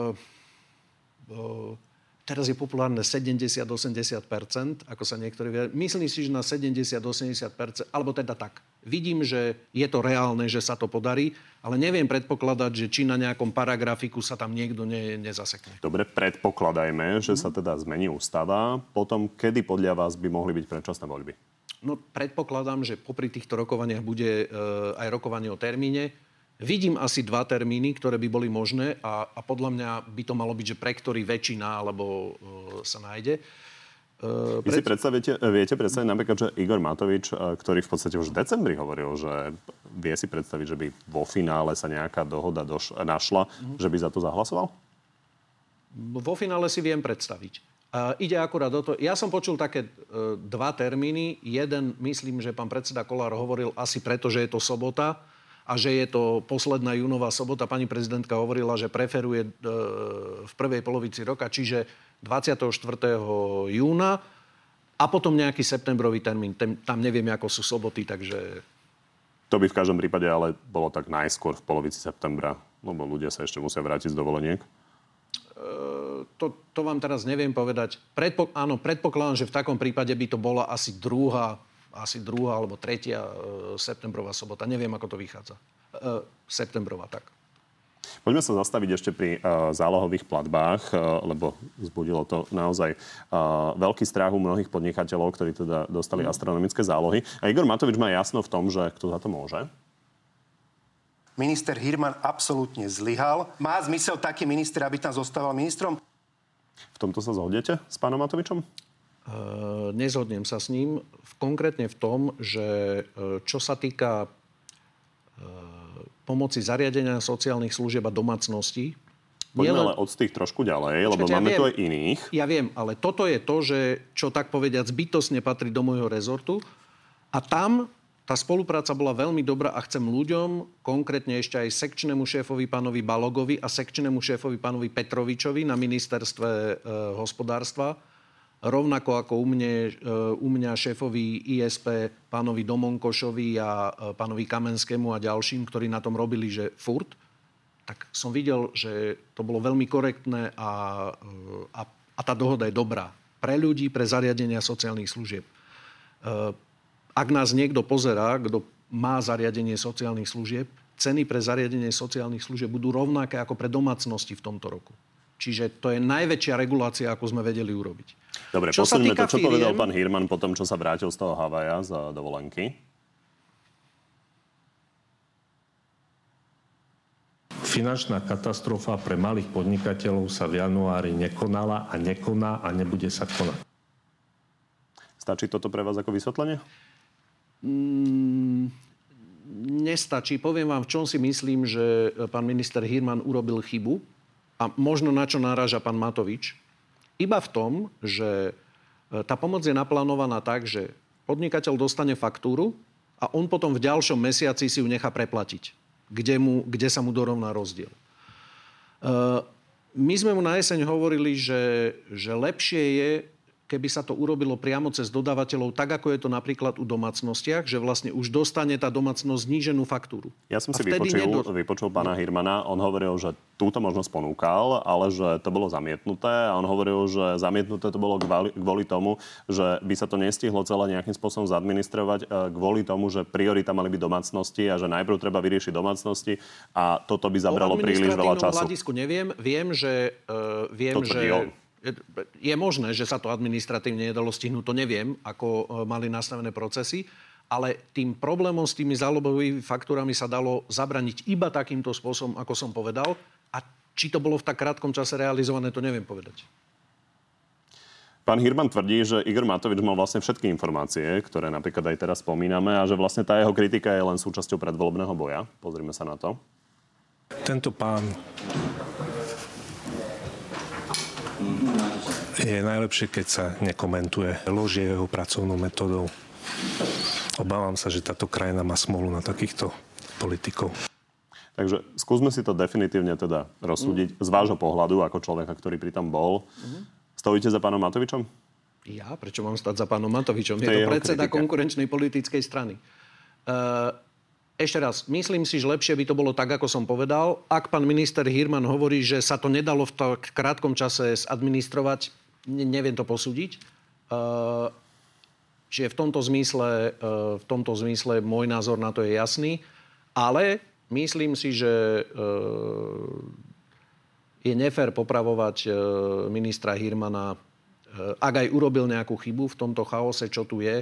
teraz je populárne 70-80%, ako sa niektorí vedia. Myslím si, že na 70-80%, alebo teda tak. Vidím, že je to reálne, že sa to podarí, ale neviem predpokladať, že či na nejakom paragrafiku sa tam niekto nezasekne. Dobre, predpokladajme, že sa teda zmení ústava. Potom, kedy podľa vás by mohli byť predčasné voľby? No, predpokladám, že popri týchto rokovaniach bude aj rokovanie o termíne. Vidím asi 2 termíny, ktoré by boli možné a podľa mňa by to malo byť, že pre ktorý väčšina alebo sa nájde. Vy si viete predstaviť napríklad, že Igor Matovič, ktorý v podstate už v decembri hovoril, že vie si predstaviť, že by vo finále sa nejaká dohoda našla, že by za to zahlasoval? Vo finále si viem predstaviť. Ide akurát o to. Ja som počul také 2 termíny. Jeden, myslím, že pán predseda Kollár hovoril asi preto, že je to sobota, a že je to posledná júnová sobota. Pani prezidentka hovorila, že preferuje v prvej polovici roka, čiže 24. júna a potom nejaký septembrový termín. Tam neviem, ako sú soboty, takže... To by v každom prípade ale bolo tak najskôr v polovici septembra, lebo ľudia sa ešte musia vrátiť z dovoleniek. To vám teraz neviem povedať. Áno, predpokladám, že v takom prípade by to bola asi druhá alebo 3. septembrová sobota. Neviem, ako to vychádza. Septembrová, tak. Poďme sa zastaviť ešte pri zálohových platbách, lebo vzbudilo to naozaj veľký strach u mnohých podnikateľov, ktorí teda dostali astronomické zálohy. A Igor Matovič má jasno v tom, že kto za to môže? Minister Hirman absolútne zlyhal. Má zmysel taký minister, aby tam zostával ministrom? V tomto sa zhodnete s pánom Matovičom? Nezhodnem sa s ním. Konkrétne v tom, že čo sa týka pomoci zariadenia sociálnych služieb a domácností... Poďme ale od tých trošku ďalej, lebo máme tu aj iných. Ja viem, ale toto je to, že čo tak povediac bytostne patrí do môjho rezortu. A tam tá spolupráca bola veľmi dobrá a chcem ľuďom, konkrétne ešte aj sekčnému šéfovi pánovi Balogovi a sekčnému šéfovi pánovi Petrovičovi na ministerstve hospodárstva, rovnako ako u mňa šéfovi ISP pánovi Domonkošovi a pánovi Kamenskému a ďalším, ktorí na tom robili, že furt, tak som videl, že to bolo veľmi korektné a tá dohoda je dobrá. Pre ľudí, pre zariadenia sociálnych služieb. Ak nás niekto pozerá, kto má zariadenie sociálnych služieb, ceny pre zariadenie sociálnych služieb budú rovnaké ako pre domácnosti v tomto roku. Čiže to je najväčšia regulácia, ako sme vedeli urobiť. Dobre, posuňme to, čo povedal pán Hirman po tom, čo sa vrátil z toho Havaja z dovolenky. Finančná katastrofa pre malých podnikateľov sa v januári nekonala a nekoná a nebude sa konať. Stačí toto pre vás ako vysvetlenie? Nestačí. Poviem vám, v čom si myslím, že pán minister Hirman urobil chybu a možno na čo naráža pán Matovič. Iba v tom, že tá pomoc je naplánovaná tak, že podnikateľ dostane faktúru a on potom v ďalšom mesiaci si ju nechá preplatiť, kde sa mu dorovná rozdiel. My sme mu na jeseň hovorili, že lepšie je, keby sa to urobilo priamo cez dodávateľov, tak ako je to napríklad u domácnostiach, že vlastne už dostane tá domácnosť zníženú faktúru. Ja som si vypočul pána Hirmana. On hovoril, že túto možnosť ponúkal, ale že to bolo zamietnuté. A on hovoril, že zamietnuté to bolo kvôli tomu, že by sa to nestihlo celé nejakým spôsobom zadministrovať kvôli tomu, že priorita mali byť domácnosti a že najprv treba vyriešiť domácnosti a toto by zabralo príliš veľa času. O hľadisku neviem. Viem, že je možné, že sa to administratívne nedalo stihnúť, to neviem, ako mali nastavené procesy, ale tým problémom s tými záľubovými faktúrami sa dalo zabraniť iba takýmto spôsobom, ako som povedal. A či to bolo v tak krátkom čase realizované, to neviem povedať. Pán Hirman tvrdí, že Igor Matovič mal vlastne všetky informácie, ktoré napríklad aj teraz spomíname a že vlastne tá jeho kritika je len súčasťou predvolebného boja. Pozrime sa na to. Tento pán je najlepšie, keď sa nekomentuje. Lož je jeho pracovnou metodou. Obávam sa, že táto krajina má smolu na takýchto politikov. Takže skúsme si to definitívne teda rozsúdiť z vášho pohľadu, ako človeka, ktorý pri tom bol. Stojíte za pánom Matovičom? Ja? Prečo mám stať za pánom Matovičom? Je to predseda konkurenčnej politickej strany. Ešte raz, myslím si, že lepšie by to bolo tak, ako som povedal. Ak pán minister Hirman hovorí, že sa to nedalo v tak krátkom čase zadministrovať, neviem to posúdiť. Čiže v tomto zmysle môj názor na to je jasný. Ale myslím si, že je nefér popravovať ministra Hirmana, ak aj urobil nejakú chybu v tomto chaose, čo tu je.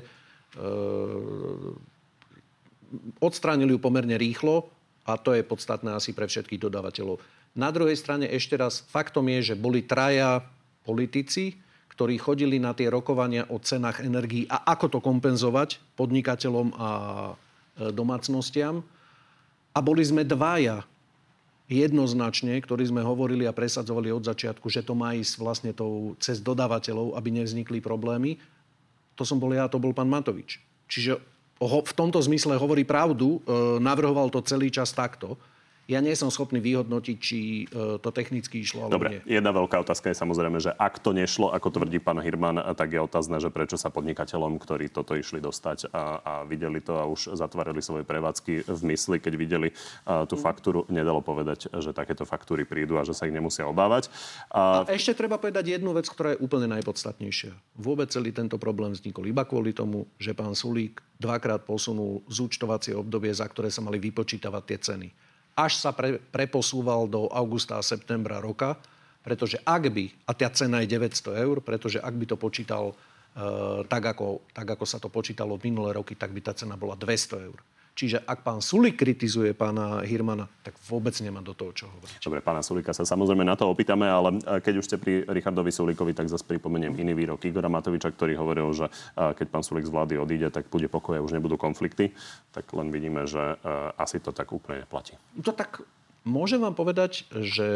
Odstránili ju pomerne rýchlo a to je podstatné asi pre všetkých dodávateľov. Na druhej strane ešte raz, faktom je, že boli traja politici, ktorí chodili na tie rokovania o cenách energií a ako to kompenzovať podnikateľom a domácnostiam. A boli sme dvaja jednoznačne, ktorí sme hovorili a presadzovali od začiatku, že to má ísť vlastne cez dodávateľov, aby nevznikli problémy. To som bol ja, to bol pán Matovič. Čiže v tomto zmysle hovorí pravdu, navrhoval to celý čas takto. Ja nie som schopný vyhodnotiť, či to technicky išlo, alebo nie. Dobre, jedna veľká otázka je samozrejme, že ak to nešlo, ako tvrdí pán Hirman, tak je otázne, že prečo sa podnikateľom, ktorí toto išli dostať a videli to a už zatvárali svoje prevádzky v mysli, keď videli tú faktúru, nedalo povedať, že takéto faktúry prídu a že sa ich nemusia obávať. A ešte treba povedať jednu vec, ktorá je úplne najpodstatnejšia. Vôbec celý tento problém vznikol iba kvôli tomu, že pán Sulík dvakrát posunul zúčtovacie obdobie, za ktoré sa mali vypočítavať tie ceny. Až sa preposúval do augusta a septembra roka, pretože ak by, a tá cena je 900 eur, pretože ak by to počítal tak, ako sa to počítalo v minulé roky, tak by tá cena bola 200 eur. Čiže ak pán Sulík kritizuje pána Hirmana, tak vôbec nemá do toho, čo hovoriť. Dobre, pána Sulíka sa samozrejme na to opýtame, ale keď už ste pri Richardovi Sulíkovi, tak zase pripomeniem iný výrok Igora Matoviča, ktorý hovoril, že keď pán Sulík z vlády odíde, tak bude pokoj a už nebudú konflikty. Tak len vidíme, že asi to tak úplne neplatí. To tak môžem vám povedať, že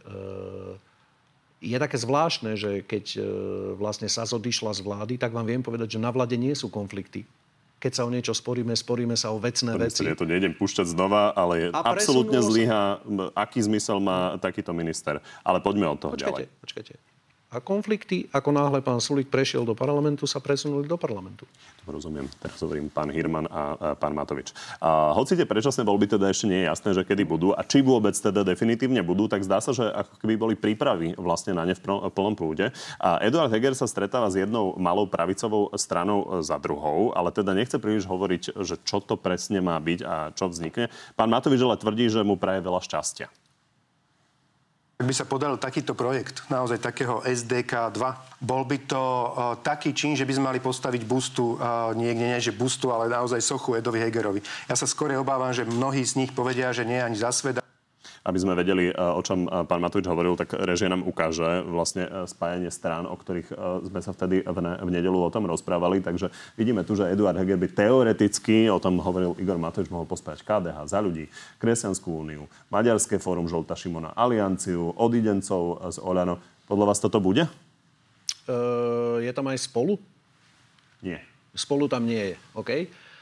je také zvláštne, že keď vlastne SAS odišla z vlády, tak vám viem povedať, že na vláde nie sú konflikty. keď sa o niečo sporíme sa o vecné veci. Ja to nejdem púšťať znova, ale je absolútne zlyhá, aký zmysel má takýto minister. Ale poďme od toho ďalej. Počkajte. A konflikty, ako náhle pán Sulík prešiel do parlamentu, sa presunuli do parlamentu. To rozumiem. Teraz hovorím pán Hirman a pán Matovič. Hoci tie predčasné voľby teda ešte nie je jasné, že kedy budú a či vôbec teda definitívne budú, tak zdá sa, že ako keby boli prípravy vlastne na ne v plnom prúde. A Eduard Heger sa stretáva s jednou malou pravicovou stranou za druhou, ale teda nechce príliš hovoriť, že čo to presne má byť a čo vznikne. Pán Matovič ale tvrdí, že mu praje veľa šťastia. Ak by sa podaril takýto projekt, naozaj takého SDK 2, bol by to taký čin, že by sme mali postaviť bustu, niekde nie, že bustu, ale naozaj sochu Edovi Hegerovi. Ja sa skôr obávam, že mnohí z nich povedia, že nie ani za svet. Aby sme vedeli, o čom pán Matovič hovoril, tak režia nám ukáže vlastne spájanie strán, o ktorých sme sa vtedy v nedeľu o tom rozprávali. Takže vidíme tu, že Eduard Heger by teoreticky, o tom hovoril Igor Matovič, mohol pospájať KDH, Za ľudí, Kresťanskú úniu, Maďarské fórum Žolta Šimona, Alianciu, Odidencov z Oľano. Podľa vás toto bude? Je tam aj Spolu? Nie. Spolu tam nie je, OK?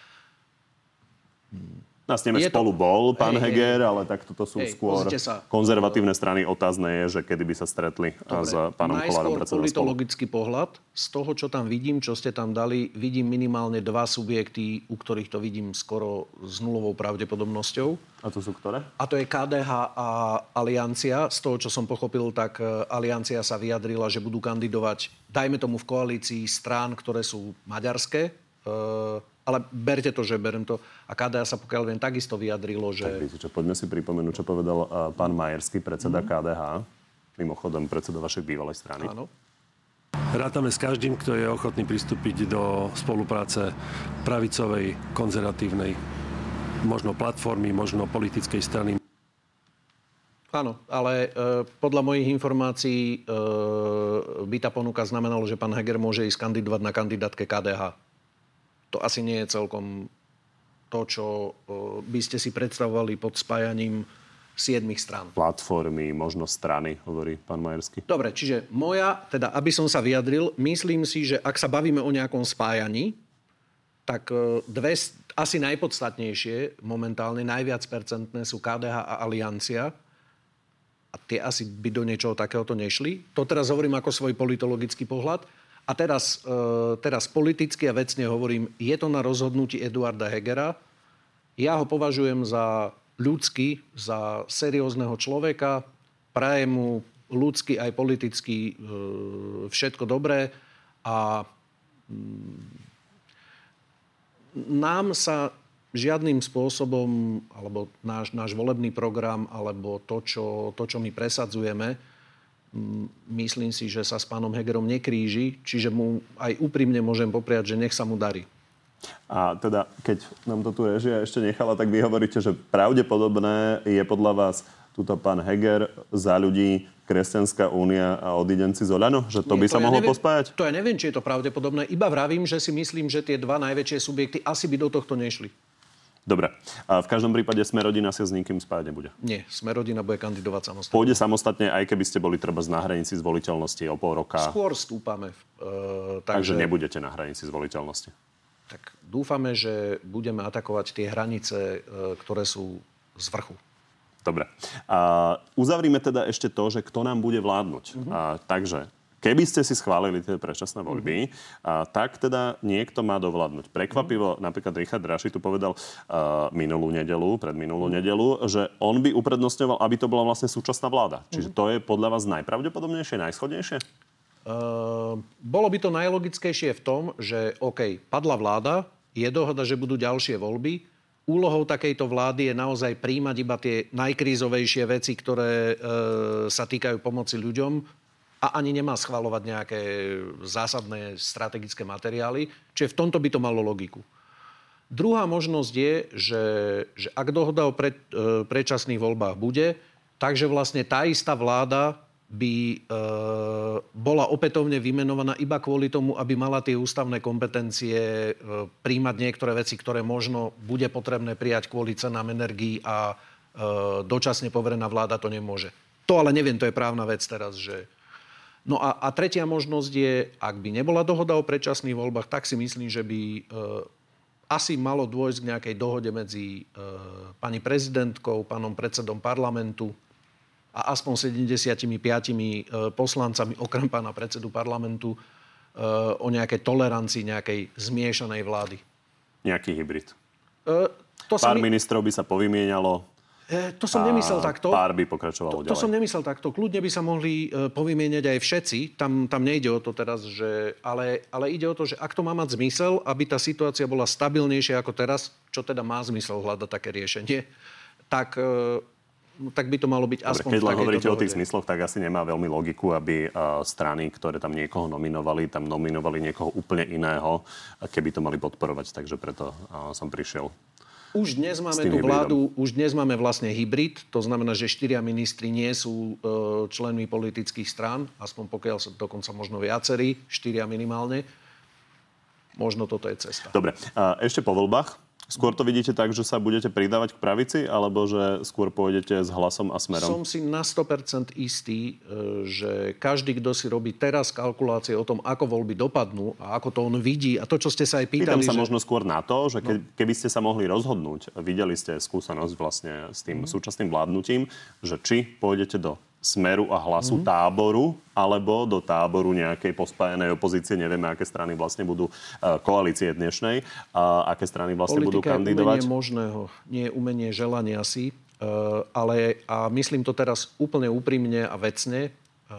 Na sneme Spolu bol pán Heger, ale tak toto sú skôr konzervatívne strany. Otázne je, že kedy by sa stretli s pánom Kollárom, predsedom Spolu. Najskôr politologický pohľad. Z toho, čo tam vidím, čo ste tam dali, vidím minimálne 2 subjekty, u ktorých to vidím skoro s nulovou pravdepodobnosťou. A to sú ktoré? A to je KDH a Aliancia. Z toho, čo som pochopil, tak Aliancia sa vyjadrila, že budú kandidovať, dajme tomu v koalícii strán, ktoré sú maďarské. Ale berte to, že berem to. A KDH sa, pokiaľ viem, takisto vyjadrilo, že... Tak viete čo, poďme si pripomenúť, čo povedal pán Majerský, predseda KDH. Mimochodom, predseda vašej bývalej strany. Áno. Rátame s každým, kto je ochotný pristúpiť do spolupráce pravicovej, konzervatívnej, možno platformy, možno politickej strany. Áno, ale podľa mojich informácií by tá ponuka znamenalo, že pán Heger môže ísť kandidovať na kandidátke KDH. To asi nie je celkom to, čo by ste si predstavovali pod spájaním 7 strán. Platformy, možno strany, hovorí pán Majerský. Dobre, čiže teda aby som sa vyjadril, myslím si, že ak sa bavíme o nejakom spájaní, tak asi najpodstatnejšie, momentálne najviac percentné sú KDH a Aliancia. A tie asi by do niečoho takéhoto nešli. To teraz hovorím ako svoj politologický pohľad. A teraz politicky a vecne hovorím, je to na rozhodnutí Eduarda Hegera. Ja ho považujem za ľudský, za seriózneho človeka. Prajem mu ľudsky aj politicky všetko dobré. A nám sa žiadnym spôsobom, alebo náš volebný program, alebo to, čo my presadzujeme, myslím si, že sa s pánom Hegerom nekríži, čiže mu aj úprimne môžem popriať, že nech sa mu darí. A teda, keď nám to tu režia ešte nechala, tak vy hovoríte, že pravdepodobné je podľa vás túto pán Heger, Za ľudí, Kresťanská únia a Odidenci z Oľano? Že to by sa mohlo pospájať? To ja neviem, či je to pravdepodobné. Iba vravím, že si myslím, že tie 2 najväčšie subjekty asi by do tohto nešli. Dobre. A v každom prípade Smer-rodina sa s nikým spájať nebude? Nie. Smer-rodina bude kandidovať samostatne. Pôjde samostatne, aj keby ste boli treba na hranici zvoliteľnosti o pol roka? Skôr stúpame. Takže nebudete na hranici zvoliteľnosti? Tak dúfame, že budeme atakovať tie hranice, ktoré sú z vrchu. Dobre. Uzavrime teda ešte to, že kto nám bude vládnuť. Takže keby ste si schválili tie predčasné voľby, tak teda niekto má dovládnuť. Prekvapivo, napríklad Richard Raši tu povedal predminulú nedeľu, že on by uprednostňoval, aby to bola vlastne súčasná vláda. Čiže to je podľa vás najpravdepodobnejšie, najschodnejšie? Bolo by to najlogickejšie v tom, že padla vláda, je dohoda, že budú ďalšie voľby. Úlohou takejto vlády je naozaj prijímať iba tie najkrízovejšie veci, ktoré sa týkajú pomoci ľuďom, a ani nemá schvaľovať nejaké zásadné strategické materiály. Čiže v tomto by to malo logiku. Druhá možnosť je, že ak dohoda o predčasných voľbách bude, takže vlastne tá istá vláda by bola opätovne vymenovaná iba kvôli tomu, aby mala tie ústavné kompetencie prijímať niektoré veci, ktoré možno bude potrebné prijať kvôli cenám energií a dočasne poverená vláda to nemôže. To ale neviem, to je právna vec teraz, že... No a tretia možnosť je, ak by nebola dohoda o predčasných voľbách, tak si myslím, že by asi malo dôjsť k nejakej dohode medzi pani prezidentkou, pánom predsedom parlamentu a aspoň 75 poslancami, okrem pána predsedu parlamentu, o nejakej tolerancii nejakej zmiešanej vlády. Nejaký hybrid. Pár ministrov by sa povymienialo. To som nemyslel takto. Pár by pokračovalo ďalej. To som nemyslel takto. Kľudne by sa mohli povymieňať aj všetci. Tam nejde o to teraz, ale ide o to, že ak to má mať zmysel, aby tá situácia bola stabilnejšia ako teraz, čo teda má zmysel hľadať také riešenie, tak by to malo byť aspoň v takejto dohode. Keď len hovoríte o tých zmysloch, tak asi nemá veľmi logiku, aby strany, ktoré tam niekoho nominovali, tam nominovali niekoho úplne iného, keby to mali podporovať. Takže preto som prišiel. Už dnes máme tú vládu, už dnes máme vlastne hybrid, to znamená, že 4 ministri nie sú členmi politických strán, aspoň pokiaľ sa dokonca možno viacerí, 4 minimálne. Možno toto je cesta. Dobre, ešte po voľbách. Skôr to vidíte tak, že sa budete pridávať k pravici, alebo že skôr pôjdete s Hlasom a Smerom? Som si na 100% istý, že každý, kto si robí teraz kalkulácie o tom, ako voľby dopadnú a ako to on vidí, a to, čo ste sa aj pýtali... Pýtam sa možno skôr na to, že keby ste sa mohli rozhodnúť, videli ste skúsenosť vlastne s tým súčasným vládnutím, že či pôjdete do Smeru a Hlasu táboru, alebo do táboru nejakej pospájanej opozície. Nevieme, aké strany vlastne budú koalície dnešnej a aké strany vlastne budú kandidovať. Politika je umenie možného, nie je umenie želania si. Ale myslím to teraz úplne úprimne a vecne.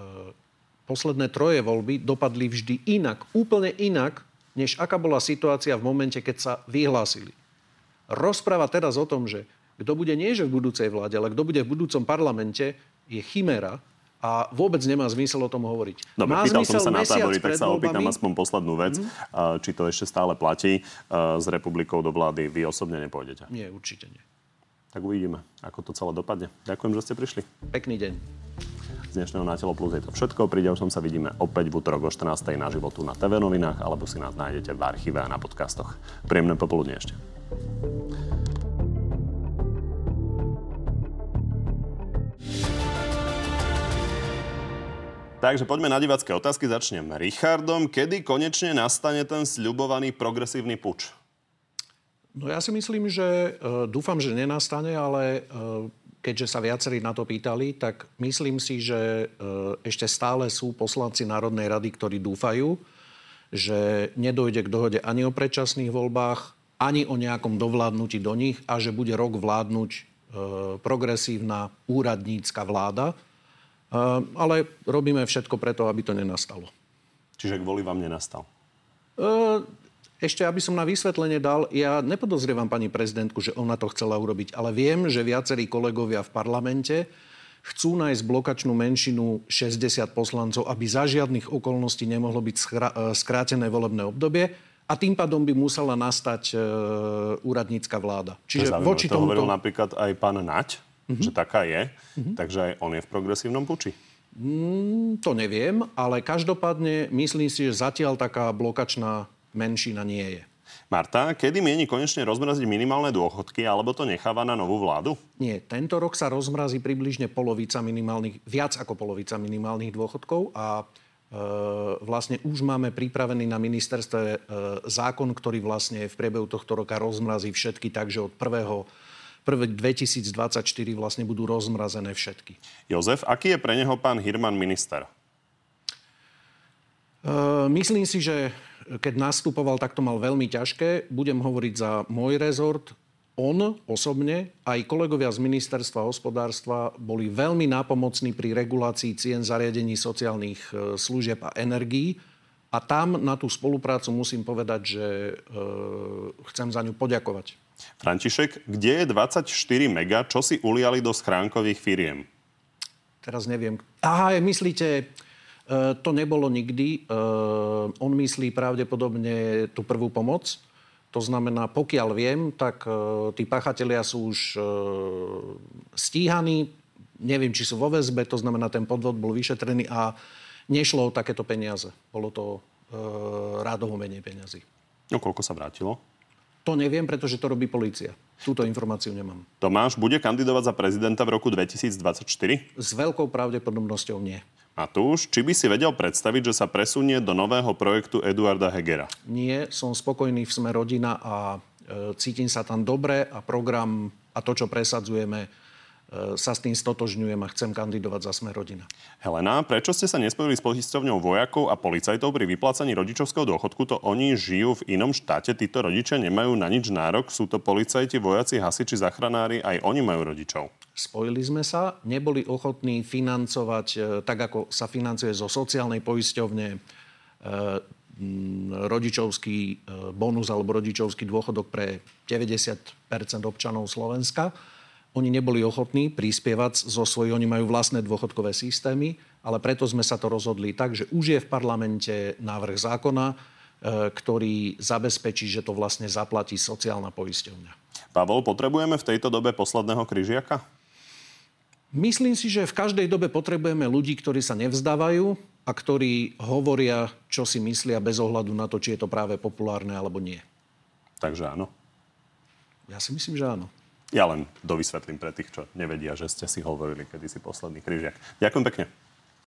Posledné 3 voľby dopadli vždy inak, úplne inak, než aká bola situácia v momente, keď sa vyhlásili. Rozpráva teraz o tom, že kto bude nie že v budúcej vláde, ale kto bude v budúcom parlamente, je chiméra a vôbec nemá zmysel o tom hovoriť. Dobre, pýtal som sa na tábory, tak sa opýtam aspoň poslednú vec. Či to ešte stále platí. S Republikou do vlády vy osobne nepôjdete? Nie, určite nie. Tak uvidíme, ako to celé dopadne. Ďakujem, že ste prišli. Pekný deň. Z dnešného Na telo plus je to všetko. Pri ďalšom sa vidíme opäť v utorok o 14:00 na životu na TV novinách, alebo si nás nájdete v archíve a na podcastoch. Príjemné popoludnie ešte. Takže poďme na divácké otázky. Začnem Richardom. Kedy konečne nastane ten sľubovaný progresívny puč? No ja si myslím, že dúfam, že nenastane, ale keďže sa viacerí na to pýtali, tak myslím si, že ešte stále sú poslanci Národnej rady, ktorí dúfajú, že nedojde k dohode ani o predčasných voľbách, ani o nejakom dovládnutí do nich a že bude rok vládnuť progresívna úradnícka vláda. Ale robíme všetko preto, aby to nenastalo. Čiže kvôli vám nenastal? Ešte, aby som na vysvetlenie dal, ja nepodozrievam pani prezidentku, že ona to chcela urobiť, ale viem, že viacerí kolegovia v parlamente chcú nájsť blokačnú menšinu 60 poslancov, aby za žiadnych okolností nemohlo byť skrátené volebné obdobie a tým pádom by musela nastať úradnícka vláda. Čiže voči to tomuto... hovoril napríklad aj pán Naď, že taká je, takže aj on je v progresívnom puči. To neviem, ale každopádne myslím si, že zatiaľ taká blokačná menšina nie je. Marta, kedy mieni konečne rozmraziť minimálne dôchodky, alebo to necháva na novú vládu? Nie, tento rok sa rozmrazí približne viac ako polovica minimálnych dôchodkov a vlastne už máme pripravený na ministerstve zákon, ktorý vlastne v priebehu tohto roka rozmrazí všetky, takže od 2024 vlastne budú rozmrazené všetky. Jozef, aký je pre neho pán Hirman minister? Myslím si, že keď nastupoval, tak to mal veľmi ťažké. Budem hovoriť za môj rezort. On osobne, aj kolegovia z ministerstva hospodárstva boli veľmi nápomocní pri regulácii cien zariadení sociálnych služieb a energií. A tam na tú spoluprácu musím povedať, že chcem za ňu poďakovať. František, kde je 24 mega, čo si uliali do schránkových firiem? Teraz neviem. Myslíte, to nebolo nikdy. On myslí pravdepodobne tú prvú pomoc. To znamená, pokiaľ viem, tak tí pachatelia sú už stíhaní. Neviem, či sú vo väzbe, to znamená, ten podvod bol vyšetrený a nešlo o takéto peniaze. Bolo to rádovo menej peniazy. No koľko sa vrátilo? To neviem, pretože to robí polícia. Túto informáciu nemám. Tomáš bude kandidovať za prezidenta v roku 2024? S veľkou pravdepodobnosťou nie. Matúš, či by si vedel predstaviť, že sa presunie do nového projektu Eduarda Hegera? Nie, som spokojný v Sme rodina a cítim sa tam dobre a program a to, čo presadzujeme, sa s tým stotožňujem a chcem kandidovať za Smer rodina. Helena, prečo ste sa nespojili s poisťovňou vojakov a policajtov pri vyplácaní rodičovského dôchodku? To oni žijú v inom štáte, títo rodičia nemajú na nič nárok, sú to policajti, vojaci, hasiči, záchranári, aj oni majú rodičov. Spojili sme sa, neboli ochotní financovať, tak ako sa financuje zo sociálnej poisťovne, rodičovský bonus alebo rodičovský dôchodok pre 90% občanov Slovenska. Oni neboli ochotní prispievať zo svojich, oni majú vlastné dôchodkové systémy, ale preto sme sa to rozhodli tak, že už je v parlamente návrh zákona, ktorý zabezpečí, že to vlastne zaplatí sociálna poisťovňa. Pavol, potrebujeme v tejto dobe posledného križiaka? Myslím si, že v každej dobe potrebujeme ľudí, ktorí sa nevzdávajú a ktorí hovoria, čo si myslia bez ohľadu na to, či je to práve populárne alebo nie. Takže áno? Ja si myslím, že áno. Ja len dovysvetlím pre tých, čo nevedia, že ste si hovorili kedysi posledný križiak. Ďakujem pekne.